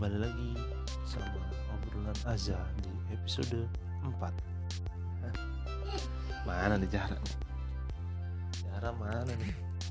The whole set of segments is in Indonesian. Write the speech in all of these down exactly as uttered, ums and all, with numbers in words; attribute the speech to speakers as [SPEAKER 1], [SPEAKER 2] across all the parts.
[SPEAKER 1] Kembali lagi sama obrolan Aza di episode empat. Mana nih Jara? Jara mana nih?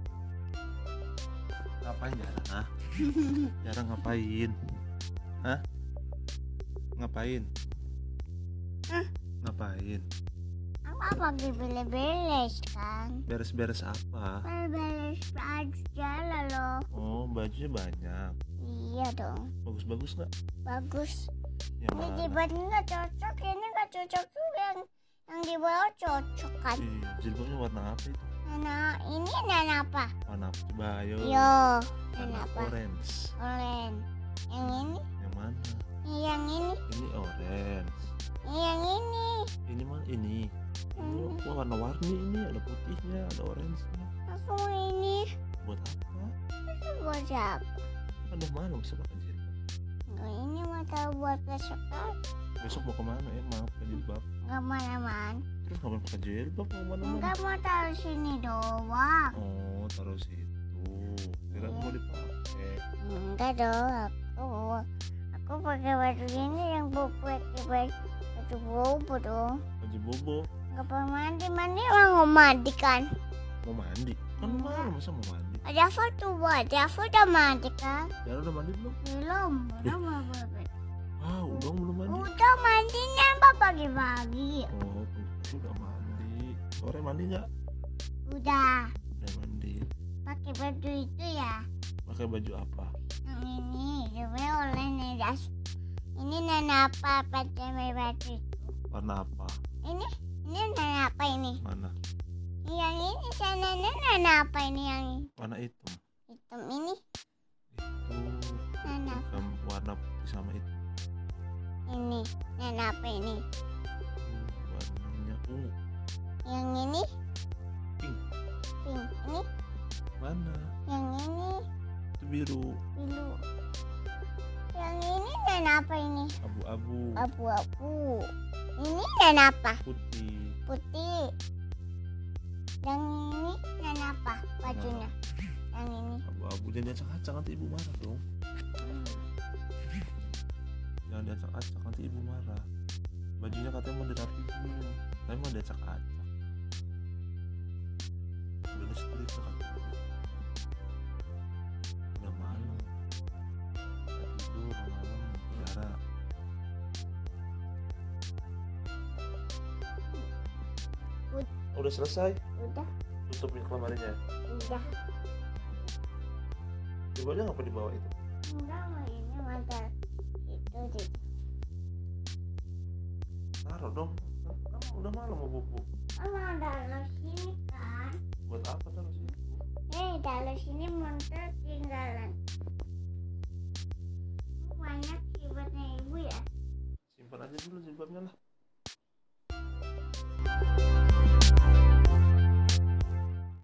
[SPEAKER 1] Ngapain Jara? Hah? Jara ngapain? Hah? Ngapain?
[SPEAKER 2] Hah?
[SPEAKER 1] Ngapain?
[SPEAKER 2] Aku lagi beres-beres kan.
[SPEAKER 1] Beres-beres apa?
[SPEAKER 2] Beres aja lah loh.
[SPEAKER 1] Oh, bajunya banyak.
[SPEAKER 2] Iya dong.
[SPEAKER 1] Bagus-bagus nggak?
[SPEAKER 2] Bagus.
[SPEAKER 1] Yang
[SPEAKER 2] Ini
[SPEAKER 1] mana?
[SPEAKER 2] di baju nggak cocok, ini nggak cocok juga. Yang yang di bawah cocok kan.
[SPEAKER 1] Iya, jilbabnya warna apa itu?
[SPEAKER 2] Nah, ini nana apa?
[SPEAKER 1] Warna apa? Coba ayo.
[SPEAKER 2] Yo,
[SPEAKER 1] Warna
[SPEAKER 2] nana apa?
[SPEAKER 1] orange.
[SPEAKER 2] Orange. Yang ini?
[SPEAKER 1] Yang mana?
[SPEAKER 2] Yang ini?
[SPEAKER 1] Ini orange.
[SPEAKER 2] Yang ini?
[SPEAKER 1] Ini mana? Ini. Ini
[SPEAKER 2] Hmm.
[SPEAKER 1] wah, warna-warni ini, ada putihnya, ada orange-nya.
[SPEAKER 2] Aku ini.
[SPEAKER 1] Buat apa?
[SPEAKER 2] Itu buat siapa?
[SPEAKER 1] Ada mana bisa pakai jilbab?
[SPEAKER 2] Nggak, ini mau tahu buat besok kan?
[SPEAKER 1] Besok mau kemana ya? Mau pakai jilbab.
[SPEAKER 2] Nggak mana-mana.
[SPEAKER 1] Terus ngapain pakai jilbab mau mana-mana?
[SPEAKER 2] Enggak, mau taruh sini doang.
[SPEAKER 1] Oh, taruh situ. Kira
[SPEAKER 2] Iya.
[SPEAKER 1] mau dipakai.
[SPEAKER 2] Enggak dong, aku aku pakai baju ini yang bobo, pakai baju baju bobo dong.
[SPEAKER 1] Baju bobo.
[SPEAKER 2] Enggak pernah mandi, mandi emang mau mandi kan?
[SPEAKER 1] Mau mandi? Kan
[SPEAKER 2] Enggak.
[SPEAKER 1] malam masa mau mandi?
[SPEAKER 2] Ada foto buat, ada foto mandi kan?
[SPEAKER 1] Jara udah mandi belum?
[SPEAKER 2] Belum, belum mau bebek.
[SPEAKER 1] Ah, udah belum mandi.
[SPEAKER 2] Udah mandinya apa pagi-pagi?
[SPEAKER 1] Oh, pagi udah mandi. Sore mandi nggak?
[SPEAKER 2] Udah,
[SPEAKER 1] Udah mandi.
[SPEAKER 2] pakai baju itu ya.
[SPEAKER 1] Pakai baju apa?
[SPEAKER 2] Yang ini, juga oleh nedas. Ini nana apa pakai baju itu?
[SPEAKER 1] Warna apa?
[SPEAKER 2] Ini, ini nana apa ini?
[SPEAKER 1] Mana?
[SPEAKER 2] Yang ini sana nana apa ini yang ini?
[SPEAKER 1] Warna hitam.
[SPEAKER 2] Hitam ini
[SPEAKER 1] Itu
[SPEAKER 2] nana apa?
[SPEAKER 1] bukan warna putih sama itu.
[SPEAKER 2] Ini nana apa ini?
[SPEAKER 1] Itu warnanya ungu.
[SPEAKER 2] Yang ini
[SPEAKER 1] Pink.
[SPEAKER 2] pink. Ini
[SPEAKER 1] Mana?
[SPEAKER 2] yang ini
[SPEAKER 1] Itu biru.
[SPEAKER 2] biru. Yang ini nana apa ini?
[SPEAKER 1] Abu-abu.
[SPEAKER 2] Abu-abu. Ini nana apa?
[SPEAKER 1] Putih.
[SPEAKER 2] Putih. Yang ini nana apa? Bajunya. Yang ini.
[SPEAKER 1] Abu-abu. Jangan diacak-acak, nanti ibu marah dong. Jangan diacak-acak, nanti ibu marah. Bajunya katanya mau dirapihin, tapi mau diacak-acak. Udah disetrika kan. Udah malam. Udah tidur malam. Jara. Udah selesai.
[SPEAKER 2] Udah,
[SPEAKER 1] Tutupin lemarinya.
[SPEAKER 2] udah.
[SPEAKER 1] Jilbabnya ngapa dibawa itu?
[SPEAKER 2] Enggak, mau ini mata itu di.
[SPEAKER 1] Taruh dong. Kan kan udah malam mau bobo.
[SPEAKER 2] Emang dalam sini kan?
[SPEAKER 1] Buat apa taruh situ?
[SPEAKER 2] Eh, dalam sini montor tinggalan. Banyak sih buatnya ibu ya.
[SPEAKER 1] Simpan aja dulu jilbabnya lah.